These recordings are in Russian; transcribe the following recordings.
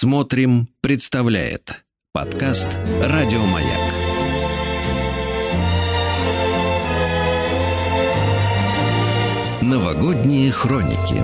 Смотрим, представляет подкаст «Радиомаяк». Новогодние хроники.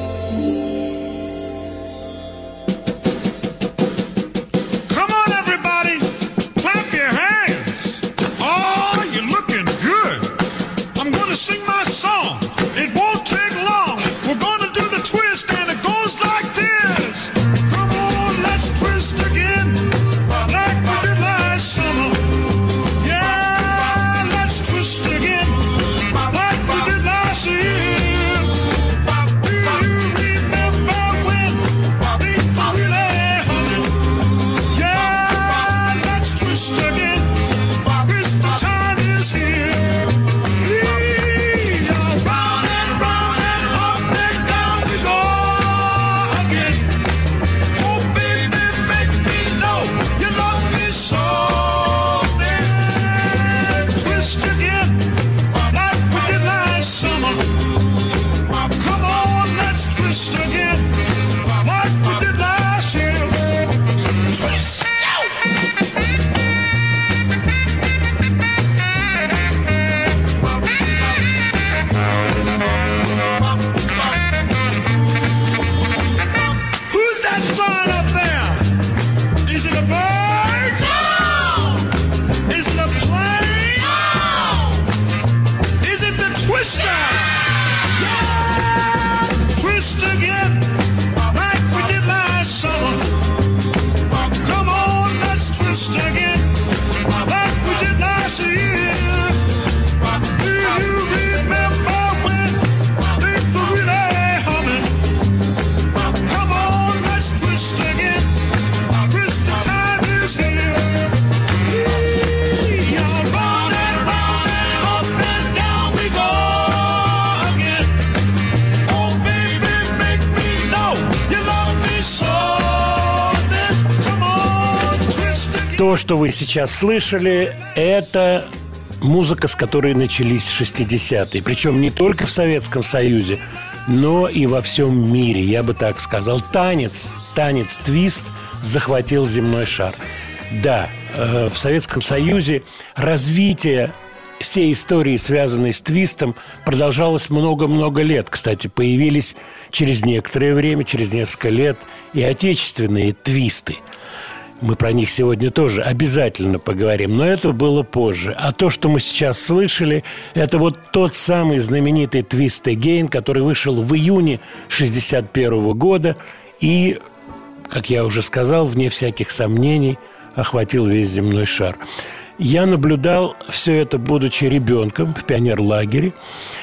То, что вы сейчас слышали, это музыка, с которой начались 60-е. Причем не только в Советском Союзе, но и во всем мире, я бы так сказал. Танец твист захватил земной шар. Да, в Советском Союзе развитие всей истории, связанной с твистом, продолжалось много-много лет. Кстати, появились через некоторое время, через несколько лет, и отечественные твисты. Мы про них сегодня тоже обязательно поговорим, но это было позже. А то, что мы сейчас слышали, это вот тот самый знаменитый «Twist Again», который вышел в июне 1961 года и, как я уже сказал, вне всяких сомнений охватил весь земной шар. Я наблюдал все это, будучи ребенком в пионерлагере.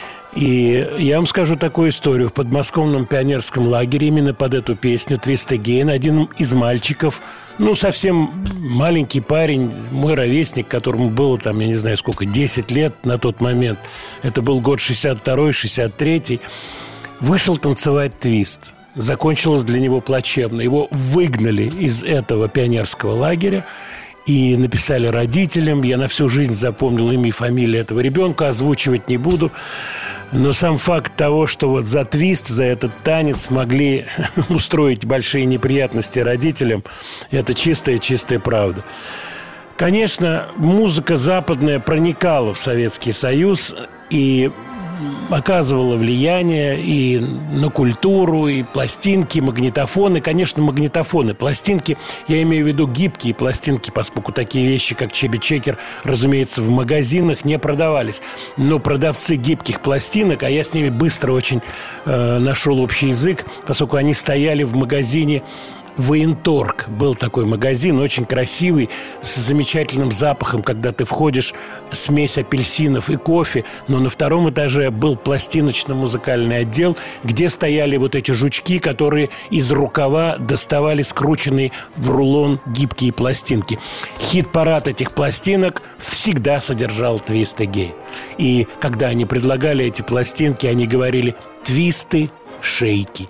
И я вам скажу такую историю. В подмосковном пионерском лагере именно под эту песню «Twist Again» один из мальчиков, совсем маленький парень, мой ровесник, которому было там, я не знаю сколько, 10 лет на тот момент, это был год 62-й, 63-й, вышел танцевать твист. Закончилось для него плачевно. Его выгнали из этого пионерского лагеря и написали родителям. Я на всю жизнь запомнил имя и фамилию этого ребенка, озвучивать не буду. Но сам факт того, что вот за твист, за этот танец могли устроить большие неприятности родителям, это чистая правда. Конечно, музыка западная проникала в Советский Союз и оказывала влияние и на культуру, и пластинки, магнитофоны. Конечно, магнитофоны, пластинки, я имею в виду гибкие пластинки, поскольку такие вещи, как Чеби-Чекер, разумеется, в магазинах не продавались. Но продавцы гибких пластинок, а я с ними быстро очень нашел общий язык, поскольку они стояли в магазине «Военторг». Был такой магазин, очень красивый, с замечательным запахом, когда ты входишь, смесь апельсинов и кофе. Но на втором этаже был пластиночно-музыкальный отдел, где стояли вот эти жучки, которые из рукава доставали скрученные в рулон гибкие пластинки. Хит-парад этих пластинок всегда содержал «Twist Again». И когда они предлагали эти пластинки, они говорили «твисты, шейки».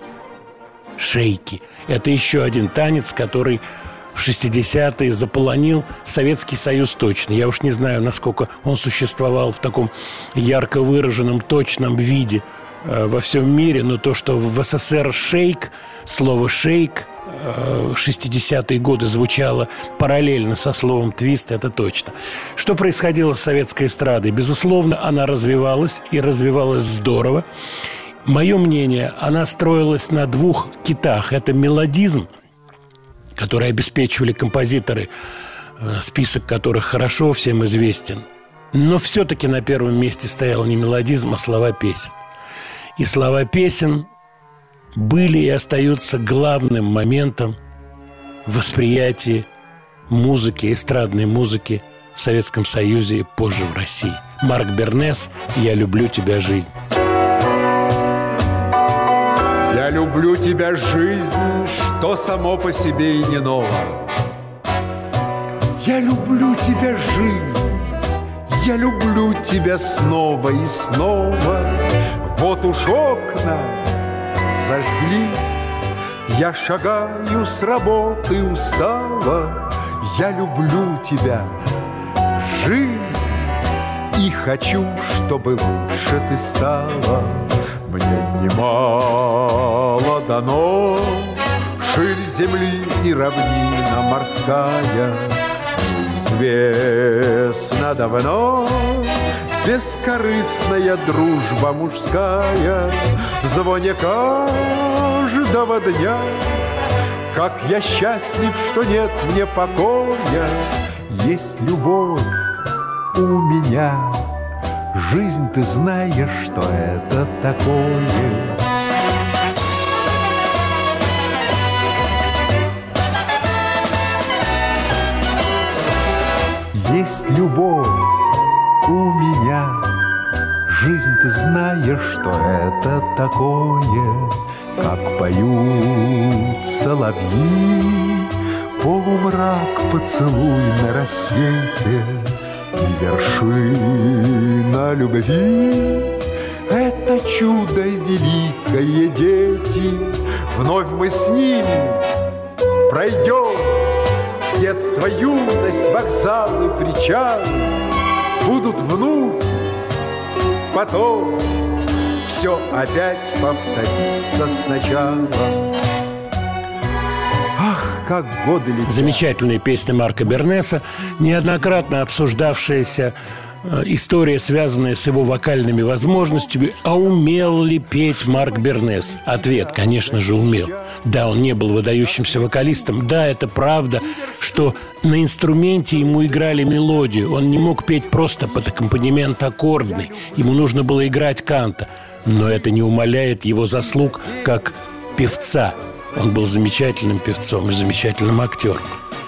Шейки. Это еще один танец, который в 60-е заполонил Советский Союз точно. Я уж не знаю, насколько он существовал в таком ярко выраженном, точном виде во всем мире, но то, что в СССР шейк, слово шейк 60-е годы звучала параллельно со словом «твист», это точно. Что происходило с советской эстрадой? Безусловно, она развивалась, и развивалась здорово. Мое мнение, она строилась на двух китах. Это мелодизм, который обеспечивали композиторы, список которых хорошо всем известен. Но все-таки на первом месте стоял не мелодизм, а слова песен. И слова песен были и остаются главным моментом в восприятии музыки, эстрадной музыки в Советском Союзе и позже в России. Марк Бернес «Я люблю тебя, жизнь». Я люблю тебя, жизнь, что само по себе и не ново. Я люблю тебя, жизнь, я люблю тебя снова и снова. Вот уж окна зажглись, я шагаю с работы устала. Я люблю тебя, жизнь, и хочу, чтобы лучше ты стала. Мне немало дано, ширь земли и равнина морская. Неизвестно давно бескорыстная дружба мужская. В звоне каждого дня, как я счастлив, что нет мне покоя. Есть любовь у меня. Жизнь, ты знаешь, что это такое. Есть любовь у меня. Жизнь, ты знаешь, что это такое. Как поют соловьи, полумрак поцелуй на рассвете. И вершина любви — это чудо великое, дети. Вновь мы с ними пройдем детство, юность, вокзалы, причалы. Будут вновь, потом все опять повторится сначала. Как годы летят. Замечательная песня Марка Бернеса, неоднократно обсуждавшаяся история, связанная с его вокальными возможностями. А умел ли петь Марк Бернес? Ответ, конечно же, умел. Да, он не был выдающимся вокалистом. Да, это правда, что на инструменте ему играли мелодию. Он не мог петь просто под аккомпанемент аккордный. Ему нужно было играть канто. Но это не умаляет его заслуг как певца. Он был замечательным певцом и замечательным актером.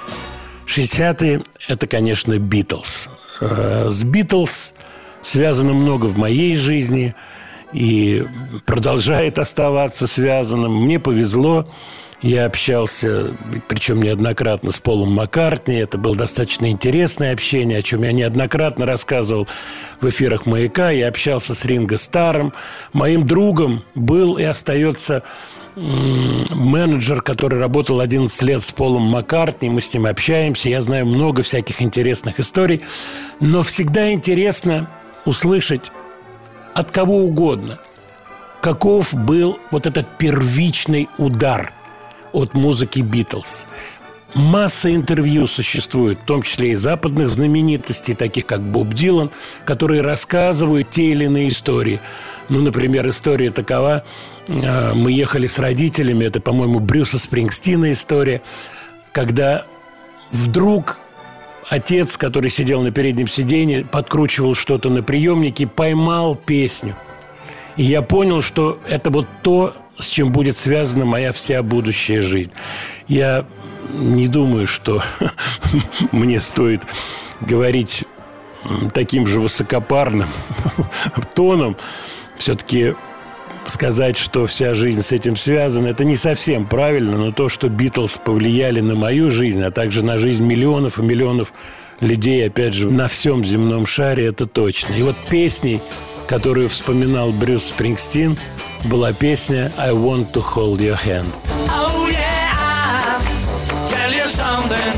60-е – это, конечно, Битлз. С Битлз связано много в моей жизни и продолжает оставаться связанным. Мне повезло. Я общался, причем неоднократно, с Полом Маккартни. Это было достаточно интересное общение, о чем я неоднократно рассказывал в эфирах «Маяка». Я общался с Ринго Старром. Моим другом был и остается менеджер, который работал 11 лет с Полом Маккартни. Мы с ним общаемся. Я знаю много всяких интересных историй. Но всегда интересно услышать от кого угодно, каков был вот этот первичный удар от музыки Битлз. Масса интервью существует, в том числе и западных знаменитостей, таких как Боб Дилан, которые рассказывают те или иные истории. Ну, например, история такова. Мы ехали с родителями, это, по-моему, Брюса Спрингстина история, когда вдруг отец, который сидел на переднем сиденье, подкручивал что-то на приемнике, поймал песню. И я понял, что это вот то, с чем будет связана моя вся будущая жизнь. Я не думаю, что мне стоит говорить таким же высокопарным тоном. Все-таки сказать, что вся жизнь с этим связана, это не совсем правильно, но то, что Битлз повлияли на мою жизнь, а также на жизнь миллионов и миллионов людей, опять же, на всем земном шаре, это точно. И вот песней, которую вспоминал Брюс Спрингстин, была песня «I want to hold your hand». Oh yeah, I'll tell you something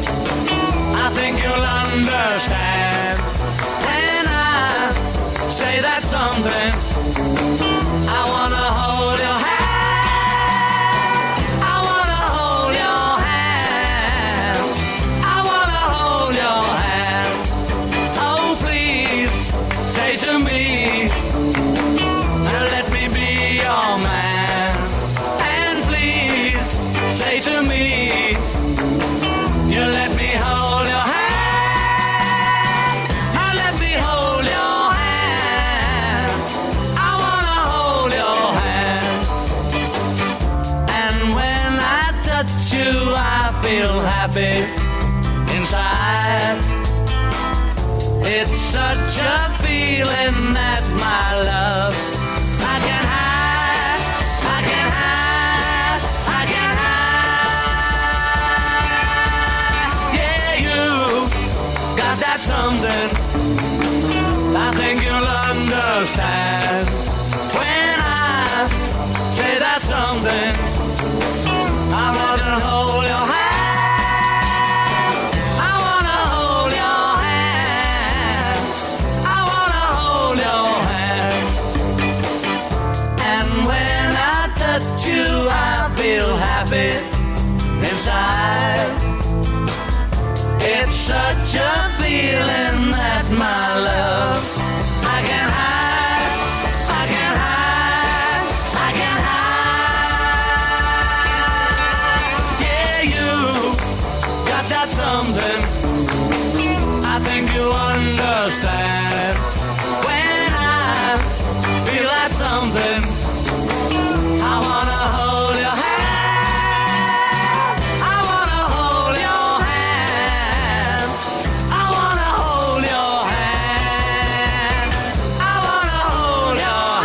I think you'll understand. And I say that something I wanna hold your hand. I wanna hold I feel happy inside. It's such a feeling that my love I can hide, I can hide, I can hide. Yeah, you got that something I think you'll understand when I say that something. I want to hold your hand. I want to hold your hand. I want to hold your hand. And when I touch you, I feel happy inside. It's such a feeling that my love I can hide, I can hide, I can hide. Yeah, you got that something I think you understand. When I feel that something, I wanna hold your hand. I wanna hold your hand. I wanna hold your hand. I wanna hold your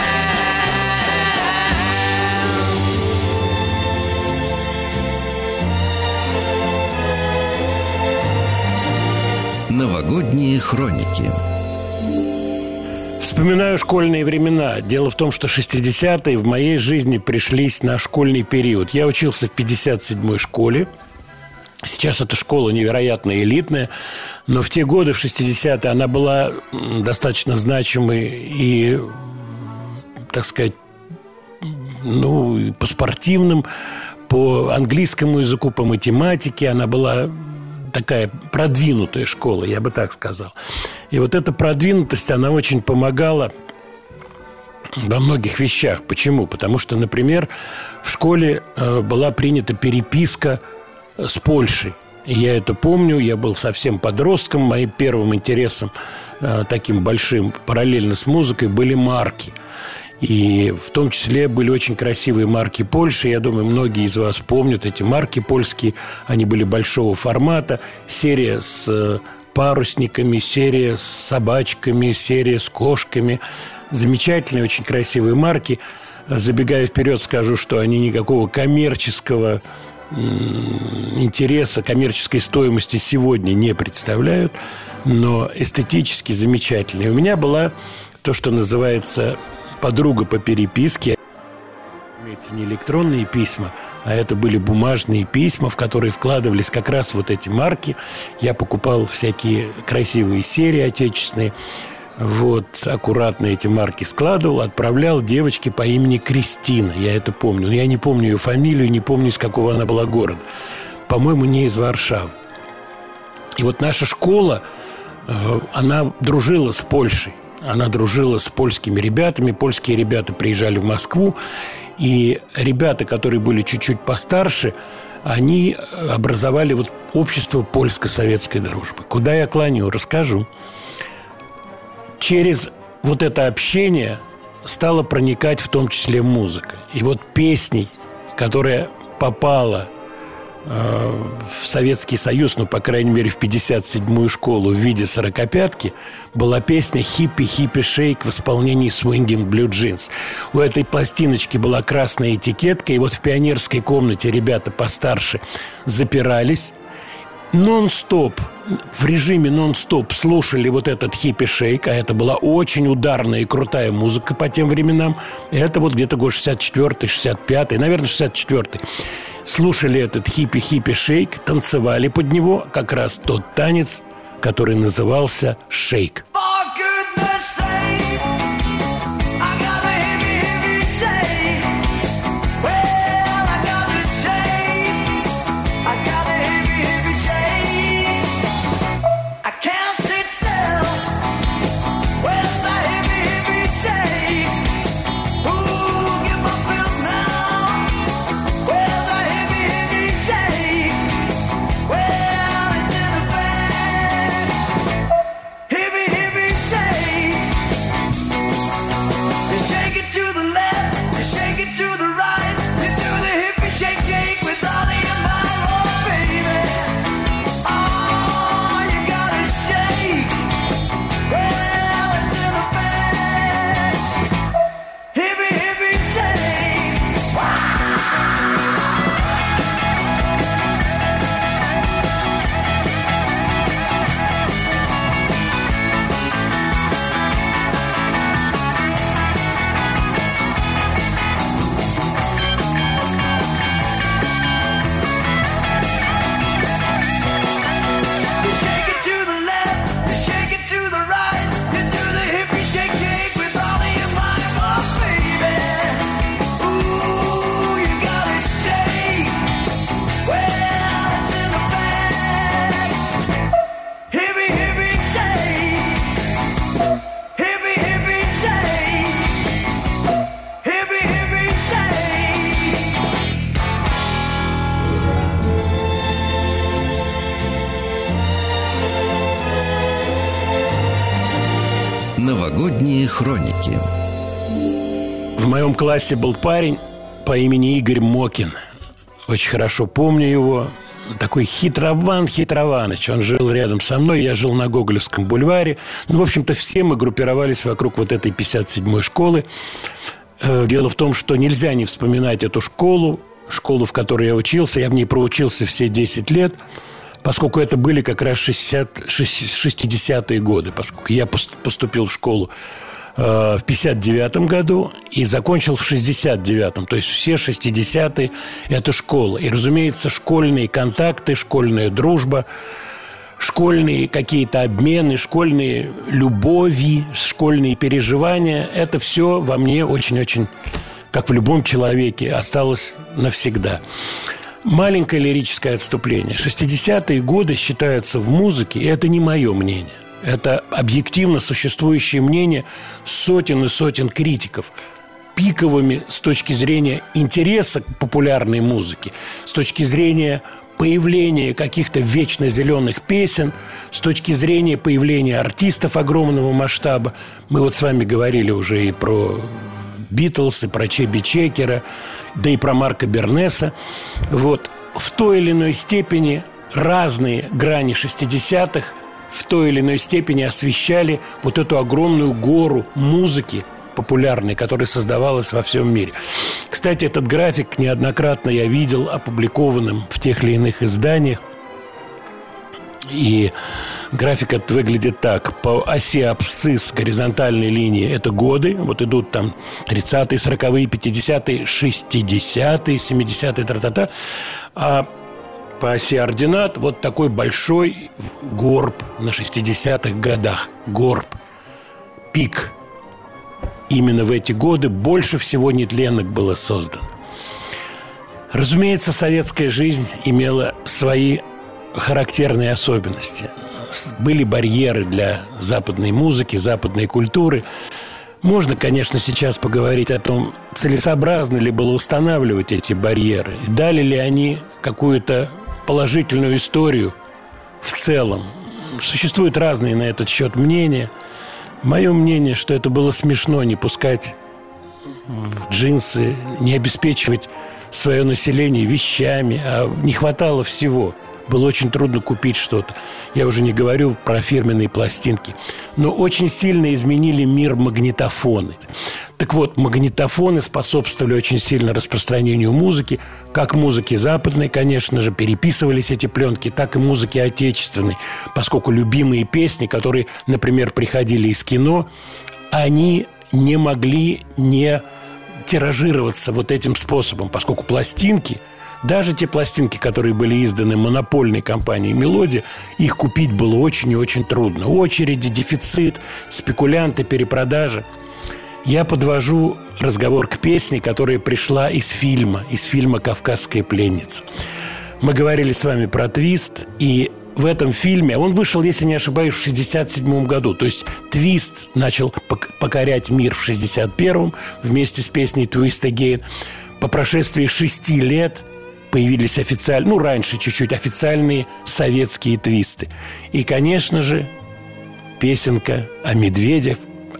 hand. Новогодние хроники. Вспоминаю школьные времена. Дело в том, что 60-е в моей жизни пришлись на школьный период. Я учился в 57-й школе. Сейчас эта школа невероятно элитная. Но в те годы, в 60-е, она была достаточно значимой и, так сказать, по спортивным, по английскому языку, по математике. Она была такая продвинутая школа, я бы так сказал. И вот эта продвинутость, она очень помогала во многих вещах. Почему? Потому что, например, в школе была принята переписка с Польшей. И я это помню, я был совсем подростком. Моим первым интересом, таким большим, параллельно с музыкой, были марки. И в том числе были очень красивые марки Польши. Я думаю, многие из вас помнят эти марки польские. Они были большого формата. Серия с парусниками, серия с собачками, серия с кошками. Замечательные, очень красивые марки. Забегая вперед, скажу, что они никакого коммерческого интереса, коммерческой стоимости сегодня не представляют, но эстетически замечательные. У меня была то, что называется подруга по переписке. Имеется не электронные письма, а это были бумажные письма, в которые вкладывались как раз вот эти марки. Я покупал всякие красивые серии отечественные. Вот, аккуратно эти марки складывал, отправлял девочке по имени Кристина. Я это помню. Но я не помню ее фамилию, не помню, из какого она была города. По-моему, не из Варшавы. И вот наша школа, она дружила с Польшей. Она дружила с польскими ребятами. Польские ребята приезжали в Москву. И ребята, которые были чуть-чуть постарше, они образовали вот общество польско-советской дружбы. Куда я клоню, расскажу. Через вот это общение стала проникать в том числе музыка. И вот песней, которая попала в Советский Союз, ну, по крайней мере, в 57-ю школу в виде сорокопятки, была песня «Хиппи-хиппи шейк» в исполнении Swinging Blue Jeans. У этой пластиночки была красная этикетка, и вот в пионерской комнате ребята постарше запирались, нон-стоп, в режиме нон-стоп слушали вот этот хиппи-шейк, а это была очень ударная и крутая музыка по тем временам. Это вот где-то год 64-й, 65-й, наверное, 64-й. Слушали этот хиппи-хиппи-шейк, танцевали под него, как раз тот танец, который назывался шейк. Hippie, hippie. Новогодние хроники. В моем классе был парень по имени Игорь Мокин. Очень хорошо помню его. Такой Хитрованыч. Он жил рядом со мной. Я жил на Гоголевском бульваре. Ну, в общем-то, все мы группировались вокруг вот этой 57-й школы. Дело в том, что нельзя не вспоминать эту школу, в которой я учился. Я в ней проучился все 10 лет, поскольку это были как раз 60-е годы, поскольку я поступил в школу в 59-м году и закончил в 69-м. То есть все 60-е – это школа. И, разумеется, школьные контакты, школьная дружба, школьные какие-то обмены, школьные любови, школьные переживания – это все во мне очень-очень, как в любом человеке, осталось навсегда. Маленькое лирическое отступление. 60-е годы считаются в музыке, и это не мое мнение. Это объективно существующее мнение сотен и сотен критиков, пиковыми с точки зрения интереса к популярной музыке, с точки зрения появления каких-то вечно зеленых песен, с точки зрения появления артистов огромного масштаба. Мы вот с вами говорили уже и про Битлз, и про Чеби Чекера, да и про Марка Бернеса. Вот в той или иной степени разные грани 60-х в той или иной степени освещали вот эту огромную гору музыки популярной, которая создавалась во всем мире. Кстати, этот график неоднократно я видел опубликованным в тех или иных изданиях. И график этот выглядит так. По оси абсцисс горизонтальной линии – это годы. Вот идут там 30-е, 40-е, 50-е, 60-е, 70-е, тра-та-та. А по оси ординат вот такой большой горб на 60-х годах. Горб. Пик. Именно в эти годы больше всего нетленок было создано. Разумеется, советская жизнь имела свои характерные особенности. Были барьеры для западной музыки, западной культуры. Можно, конечно, сейчас поговорить о том, целесообразно ли было устанавливать эти барьеры, дали ли они какую-то положительную историю в целом. Существуют разные на этот счет мнения. Мое мнение, что это было смешно не пускать в джинсы, не обеспечивать свое население вещами, а не хватало всего. Было очень трудно купить что-то. Я уже не говорю про фирменные пластинки. Но очень сильно изменили мир магнитофоны. Так вот, магнитофоны способствовали очень сильно распространению музыки. Как музыки западной, конечно же, переписывались эти пленки, так и музыки отечественной. Поскольку любимые песни, которые, например, приходили из кино, они не могли не тиражироваться вот этим способом. Поскольку пластинки, даже те пластинки, которые были изданы монопольной компанией «Мелодия», их купить было очень и очень трудно. Очереди, дефицит, спекулянты, перепродажи. Я подвожу разговор к песне, которая пришла из фильма «Кавказская пленница». Мы говорили с вами про твист, и в этом фильме, он вышел, если не ошибаюсь, в 1967 году. То есть твист начал покорять мир в 1961 вместе с песней «Twist Again». По прошествии 6 лет появились официальные, раньше чуть-чуть, официальные советские твисты. И, конечно же, песенка о медведях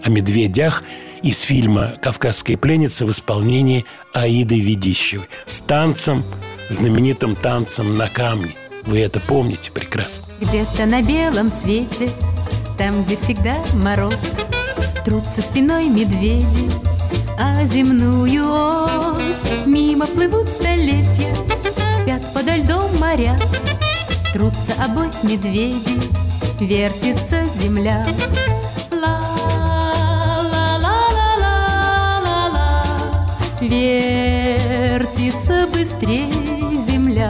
из фильма «Кавказская пленница» в исполнении Аиды Ведищевой с танцем, знаменитым танцем на камне. Вы это помните прекрасно. Где-то на белом свете, там, где всегда мороз, трутся спиной медведи, а земную ось мимо плывут столетия, спят подо льдом моря, трутся обось медведи, вертится земля. Вертится быстрей земля.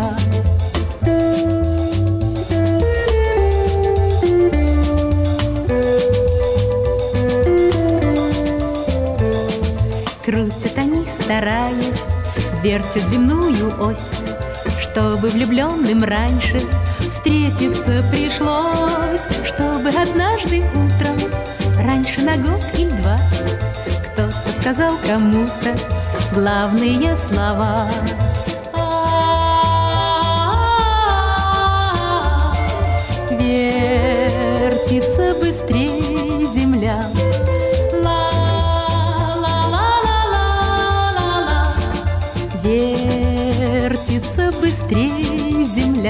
Крутят они, стараясь, вертят земную ось, чтобы влюбленным раньше встретиться пришлось, чтобы однажды утром, раньше на год или два, кто-то сказал кому-то главные слова. Вертится быстрее земля.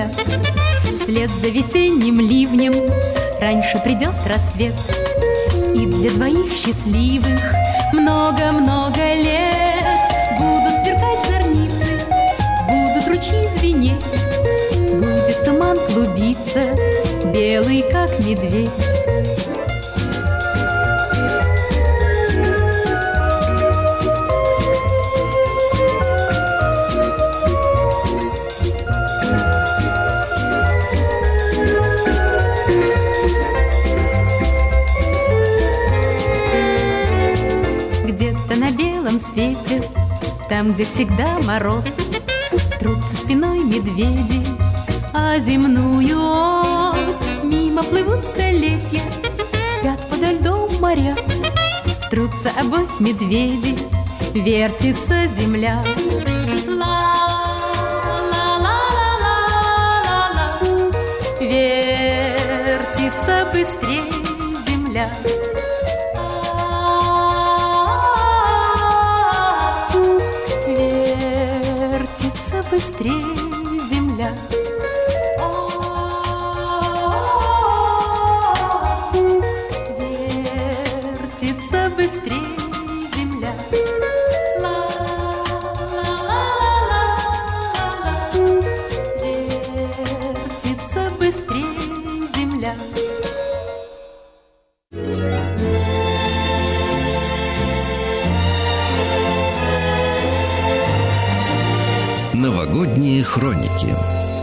земля. Вслед за весенним ливнем раньше придет рассвет, и для двоих счастливых много-много лет будут сверкать зорницы, будут ручьи звенеть, будет туман клубиться, белый как медведь. Свете, там, где всегда мороз, трутся спиной медведи, а земную ось мимо плывут столетия, спят подо льдом моря, трутся обось медведи, вертится земля. Ла-ла-ла-ла-ла-ла, вертится быстрей земля. Быстрее земля. Вертится быстрее земля. Ла-ла-ла-ла-ла-ла. Вертится быстрее земля. Новогодние хроники.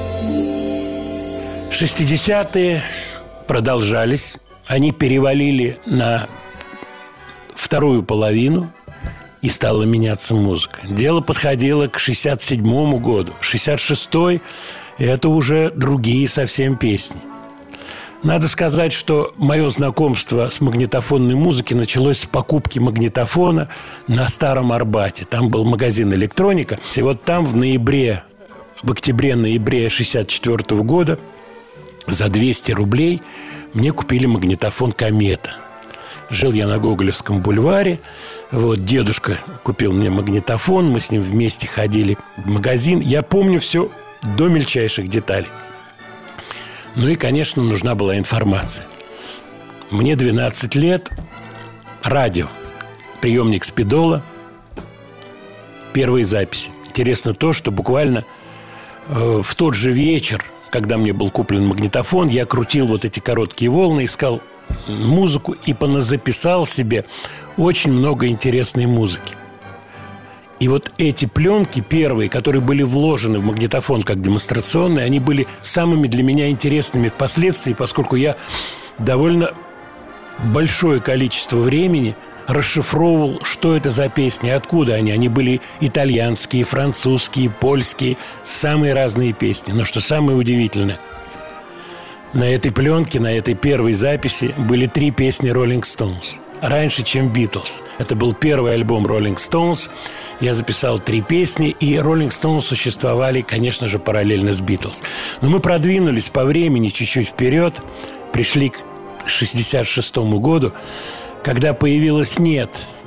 60-е продолжались. Они перевалили на вторую половину, и стала меняться музыка. Дело подходило к 67-му году. 66-й – это уже другие совсем песни. Надо сказать, что мое знакомство с магнитофонной музыкой началось с покупки магнитофона на Старом Арбате. Там был магазин «Электроника». И вот там в октябре-ноябре 1964 года за 200 рублей мне купили магнитофон «Комета». Жил я на Гоголевском бульваре. Вот дедушка купил мне магнитофон. Мы с ним вместе ходили в магазин. Я помню все до мельчайших деталей. Ну и, конечно, нужна была информация. Мне 12 лет. Радио. Приемник Спидола. Первые записи. Интересно то, что буквально в тот же вечер, когда мне был куплен магнитофон, я крутил вот эти короткие волны, искал музыку и поназаписал себе очень много интересной музыки. И вот эти пленки первые, которые были вложены в магнитофон как демонстрационные, они были самыми для меня интересными впоследствии, поскольку я довольно большое количество времени расшифровывал, что это за песни, откуда они. Они были итальянские, французские, польские, самые разные песни. Но что самое удивительное, на этой пленке, на этой первой записи были 3 песни Rolling Stones. Раньше, чем Beatles. Это был первый альбом Rolling Stones. Я записал 3 песни, и Rolling Stones существовали, конечно же, параллельно с Beatles. Но мы продвинулись по времени чуть-чуть вперед, пришли к 66-му году, когда появилась не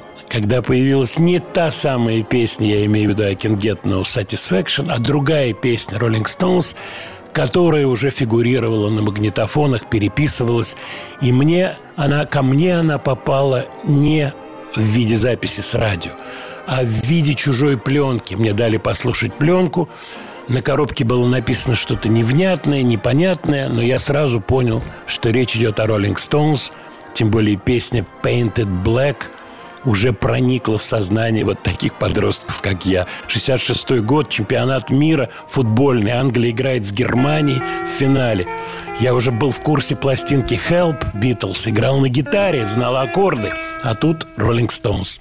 та самая песня, я имею в виду I Can Get No Satisfaction, а другая песня Rolling Stones, которая уже фигурировала на магнитофонах, переписывалась. И ко мне она попала не в виде записи с радио, а в виде чужой пленки. Мне дали послушать пленку. На коробке было написано что-то невнятное, непонятное, но я сразу понял, что речь идет о Rolling Stones. Тем более песня Painted Black уже проникла в сознание вот таких подростков, как я. 66-й год, чемпионат мира футбольный. Англия играет с Германией в финале. Я уже был в курсе пластинки Help, Beatles, играл на гитаре, знал аккорды. А тут Rolling Stones.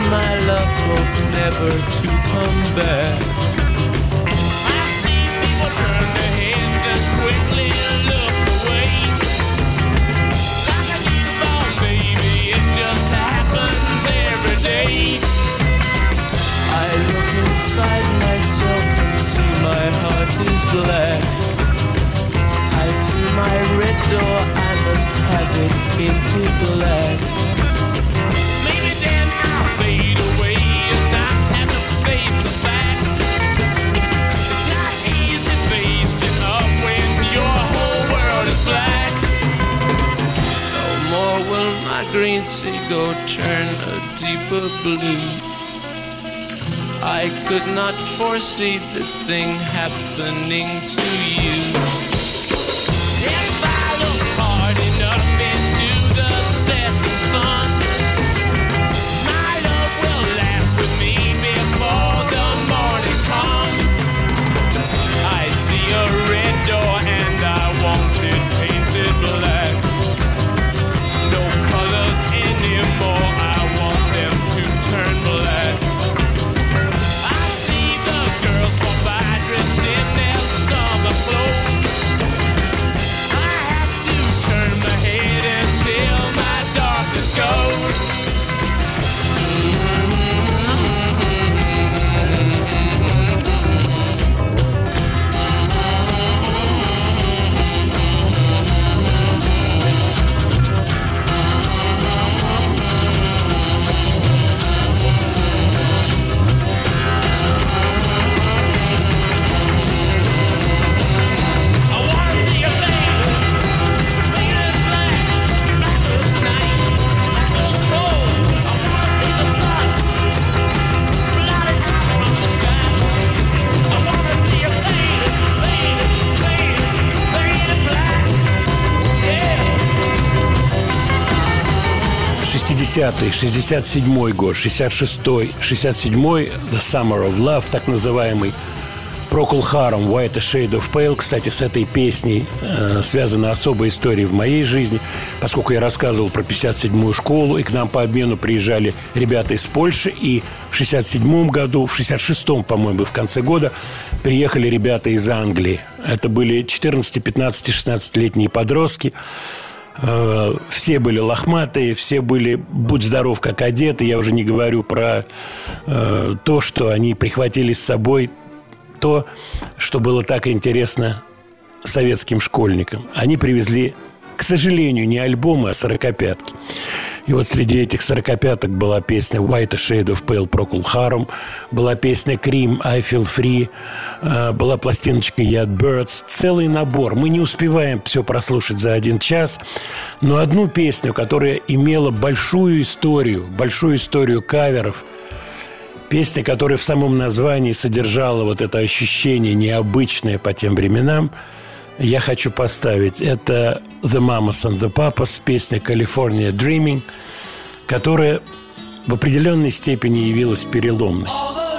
my love hope never to come back. I see people turn their heads and quickly look away. Like a newborn baby, it just happens every day. I look inside myself and see my heart is black. I see my red door, I must have it painted black. Maybe then I'll fade away and not have to face the facts. It's not easy facing up when your whole world is black. No more will my green seagull turn a deeper blue. I could not foresee this thing happening to you. If I look hard enough into the setting sun, my love will laugh with me before the morning comes. I see a red door and I want it painted black. No colors anymore, I want them to turn black. I see the girls walk by dressed in their summer clothes. I have to turn my head until my darkness goes. I wanna see a lady, faded black, black as night, black as gold. I wanna see the sun, blotted out from the sky. I wanna see a faded, faded, faded, faded black, yeah. 60-й, 67-й год, 66-й, 67-й, The Summer of Love, так называемый. Procol Harum, White a Shade of Pale. Кстати, с этой песней связана особая история в моей жизни, поскольку я рассказывал про 57-ю школу, и к нам по обмену приезжали ребята из Польши, и в 67-м году, в 66-м, по-моему, в конце года приехали ребята из Англии. Это были 14, 15, 16-летние подростки. Все были лохматые, все были, будь здоров, как одеты. Я уже не говорю про то, что они прихватили с собой то, что было так интересно советским школьникам. Они привезли, к сожалению, не альбомы, а сорокопятки. И вот среди этих сорокопяток была песня White a Shade of Pale, Procol Harum, была песня Cream, I Feel Free, была пластиночка Yardbirds. Целый набор. Мы не успеваем все прослушать за 1 час, но одну песню, которая имела большую историю каверов, песня, которая в самом названии содержала вот это ощущение необычное по тем временам, я хочу поставить. Это The Mamas and the Papas, песня California Dreaming, которая в определенной степени явилась переломной.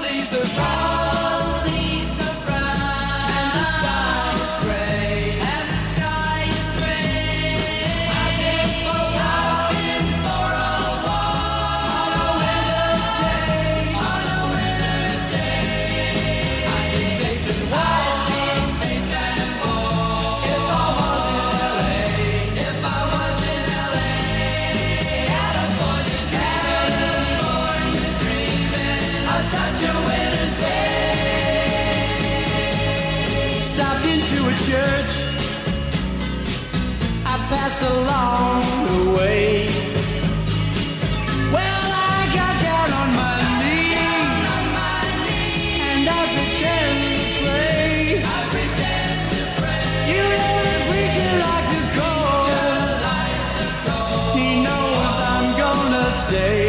Passed along the way. Well, I got down on my knees and I pretend to pray. You know the preacher like to go. He knows I'm gonna stay.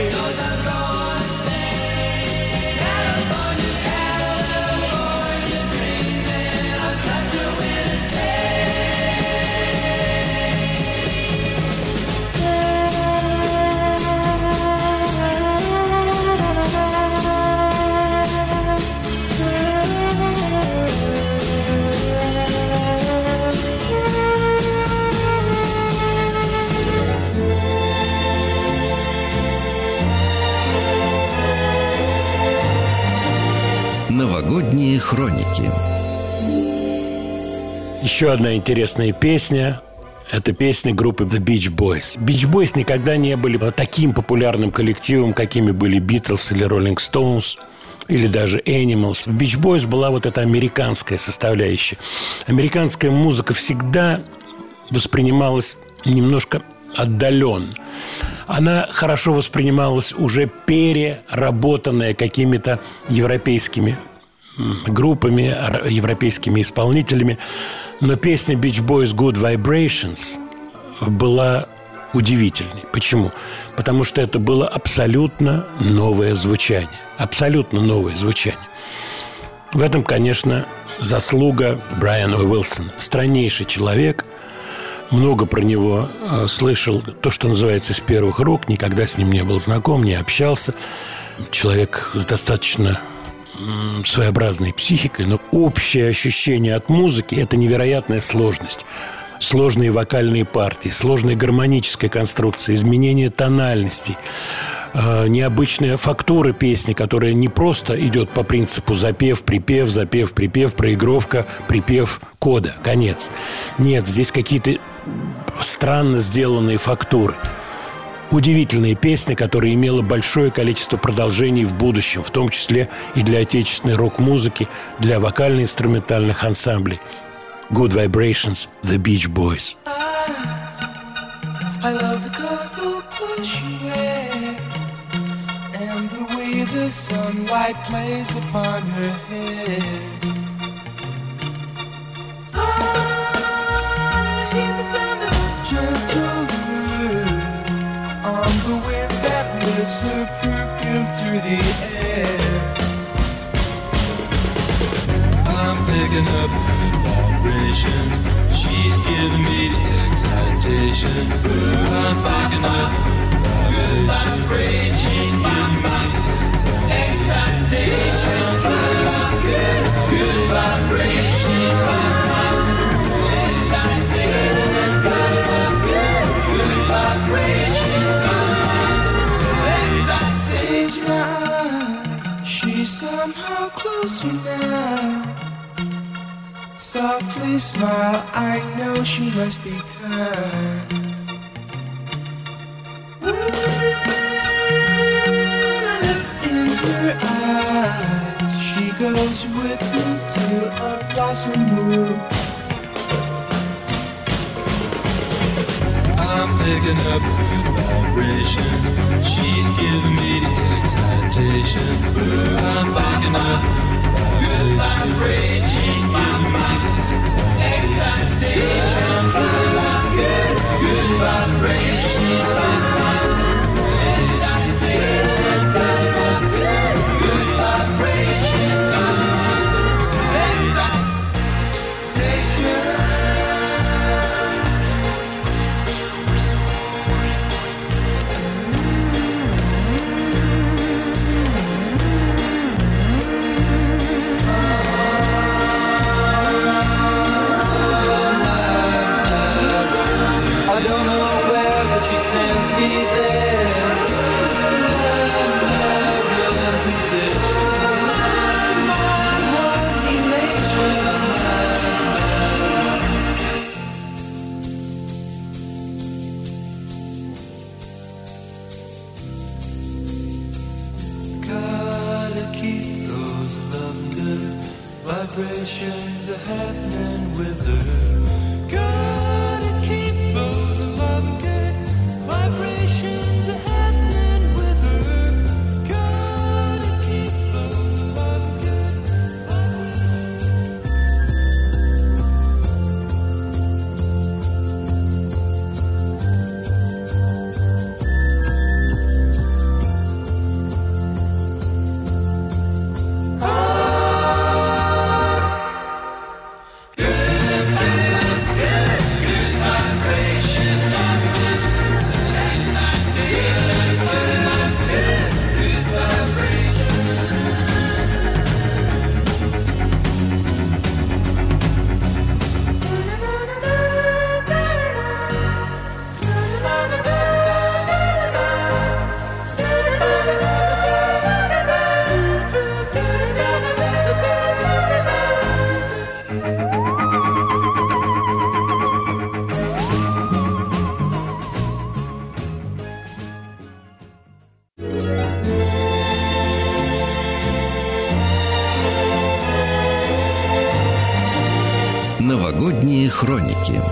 California, California dreaming on such a winter's day. Новогодние хроники. Еще одна интересная песня. Это песня группы The Beach Boys. Beach Boys никогда не были таким популярным коллективом, какими были Beatles или Rolling Stones, или даже Animals. В Beach Boys была вот эта американская составляющая. Американская музыка всегда воспринималась немножко отдаленно. Она хорошо воспринималась уже переработанная какими-то европейскими группами, европейскими исполнителями. Но песня Beach Boys Good Vibrations была удивительной. Почему? Потому что это было абсолютно новое звучание. Абсолютно новое звучание. В этом, конечно, заслуга Брайана Уилсона. Страннейший человек. Много про него слышал, то, что называется, с первых рук. Никогда с ним не был знаком, не общался. Человек с достаточно своеобразной психикой, но общее ощущение от музыки – это невероятная сложность. Сложные вокальные партии, сложная гармоническая конструкция, изменение тональностей, необычная фактура песни, которая не просто идет по принципу запев, припев, проигровка, припев, кода, конец. Нет, здесь какие-то странно сделанные фактуры. Удивительная песня, которая имела большое количество продолжений в будущем, в том числе и для отечественной рок-музыки, для вокально-инструментальных ансамблей. Good Vibrations, The Beach Boys. I love the colorful clothes you wear and the way the sunlight plays upon her head. I hear the sound of a gentle wind on the wind that lifts her perfume through the air. I'm picking up her vibrations. She's giving me the excitations. I'm picking up her vibrations. She's giving me the excitations. Good vibrations. She's giving me the excitations. Good vibrations. She's somehow closer now. Softly smile, I know she must be kind. In her eyes, she goes with me to a blossom room. I'm picking up her vibrations. She's giving me the excitations. I'm picking up her vibrations. She's giving me the excitations. Good vibrations. She's giving me the excitations. Good vibrations. She's giving me the excitations. Vibrations are happening with her. Gotta keep those love good vibrations are happening with her. Gotta keep those love good vibrations. хроники.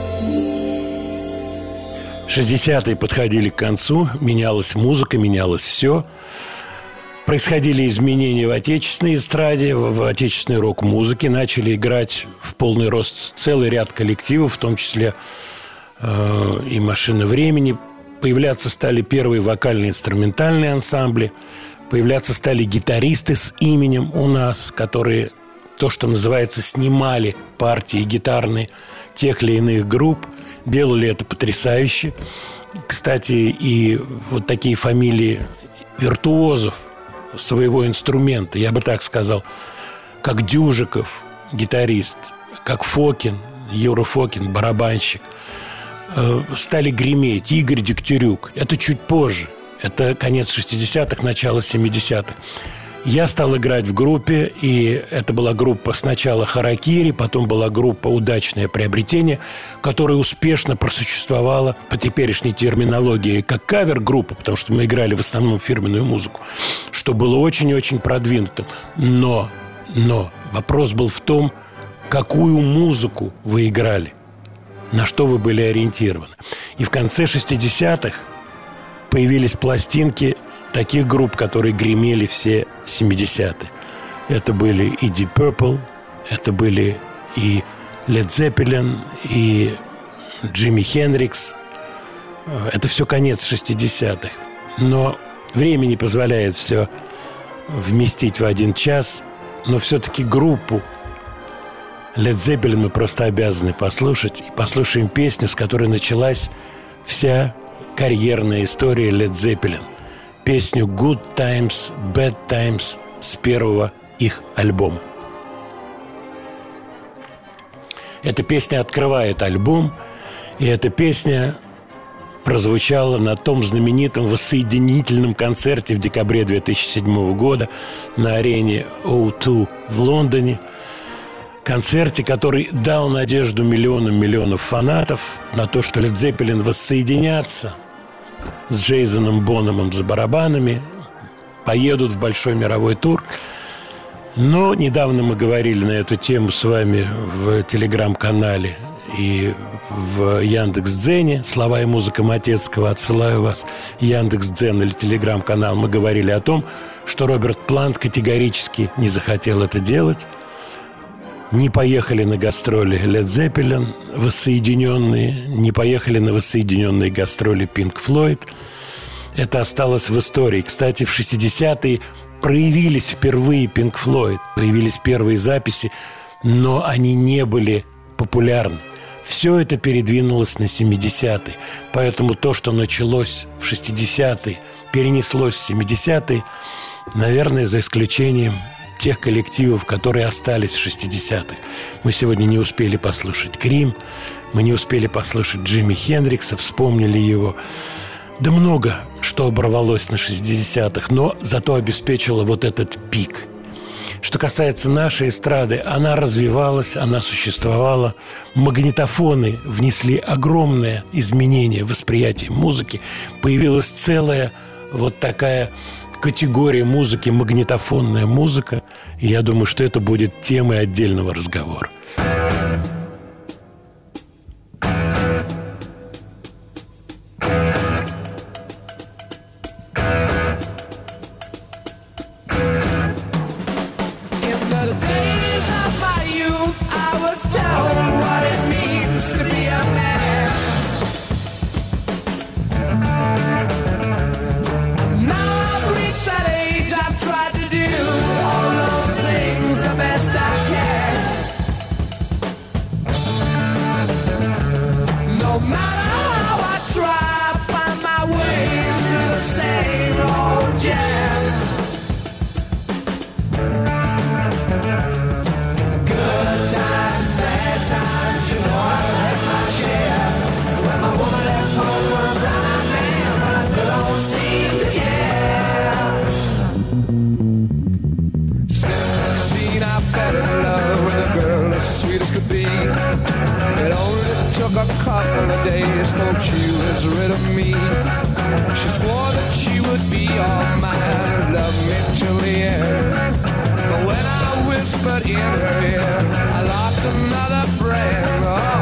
60-е подходили к концу, менялась музыка, менялось все. Происходили изменения в отечественной эстраде, в отечественной рок-музыке. Начали играть в полный рост целый ряд коллективов, в том числе и «Машина времени». Появляться стали первые вокально-инструментальные ансамбли. Появляться стали гитаристы с именем у нас, которые, то, что называется, снимали партии гитарные тех или иных групп. Делали это потрясающе. Кстати, и вот такие фамилии виртуозов своего инструмента, я бы так сказал, как Дюжиков, гитарист, как Фокин, Юра Фокин, барабанщик, стали греметь. Игорь Дегтярюк. Это чуть позже. Это конец 60-х, начало 70-х. Я стал играть в группе, и это была группа сначала «Харакири», потом была группа «Удачное приобретение», которая успешно просуществовала по теперешней терминологии как кавер-группа, потому что мы играли в основном фирменную музыку, что было очень-очень продвинутым. Но вопрос был в том, какую музыку вы играли, на что вы были ориентированы. И в конце 60-х появились пластинки таких групп, которые гремели все 70-е. Это были и Deep Purple, это были и Led Zeppelin, и Джимми Хендрикс. Это все конец 60-х. Но время не позволяет все вместить в один час. Но все-таки группу Led Zeppelin мы просто обязаны послушать. И послушаем песню, с которой началась вся карьерная история Led Zeppelin. Песню «Good Times, Bad Times» с первого их альбома. Эта песня открывает альбом, и эта песня прозвучала на том знаменитом воссоединительном концерте в декабре 2007 года на арене O2 в Лондоне. Концерте, который дал надежду миллионов фанатов на то, что Led Zeppelin воссоединятся с Джейсоном Бономом за барабанами, поедут в большой мировой тур. Но недавно мы говорили на эту тему с вами в телеграм-канале и в Яндекс.Дзене. Слова и музыка Матецкого. Отсылаю вас. Яндекс.Дзен или телеграм-канал. Мы говорили о том, что Роберт Плант категорически не захотел это делать. Не поехали на гастроли Led Zeppelin воссоединенные, не поехали на воссоединенные гастроли Pink Floyd. Это осталось в истории. Кстати, в 60-е проявились впервые Pink Floyd, появились первые записи, но они не были популярны. Все это передвинулось на 70-е. Поэтому то, что началось в 60-е, перенеслось в 70-е, наверное, за исключением тех коллективов, которые остались в 60-х. Мы сегодня не успели послушать Крим, мы не успели послушать Джимми Хендрикса, вспомнили его. Да много что оборвалось на 60-х, но зато обеспечило вот этот пик. Что касается нашей эстрады, она развивалась, она существовала. Магнитофоны внесли огромное изменение в восприятие музыки. Появилась целая вот такая категория музыки, магнитофонная музыка. И я думаю, что это будет темой отдельного разговора. But in her ear, I lost another friend. Oh.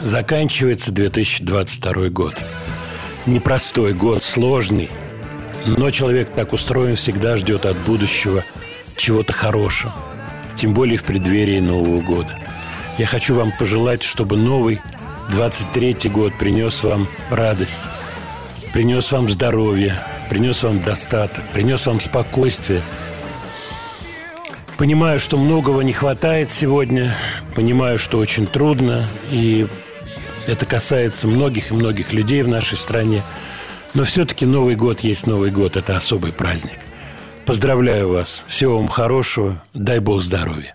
заканчивается 2022 год. Непростой год, сложный. Но человек так устроен, всегда ждет от будущего чего-то хорошего. Тем более в преддверии Нового года. Я хочу вам пожелать, чтобы новый 23-й год принес вам радость, принес вам здоровье, принес вам достаток, принес вам спокойствие. Понимаю, что многого не хватает сегодня, понимаю, что очень трудно, и это касается многих и многих людей в нашей стране. Но все-таки Новый год есть Новый год, это особый праздник. Поздравляю вас, всего вам хорошего, дай Бог здоровья.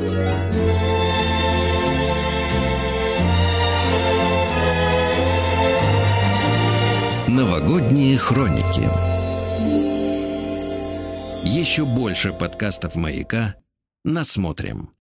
Новогодние хроники. Еще больше подкастов «Маяка» насмотрим.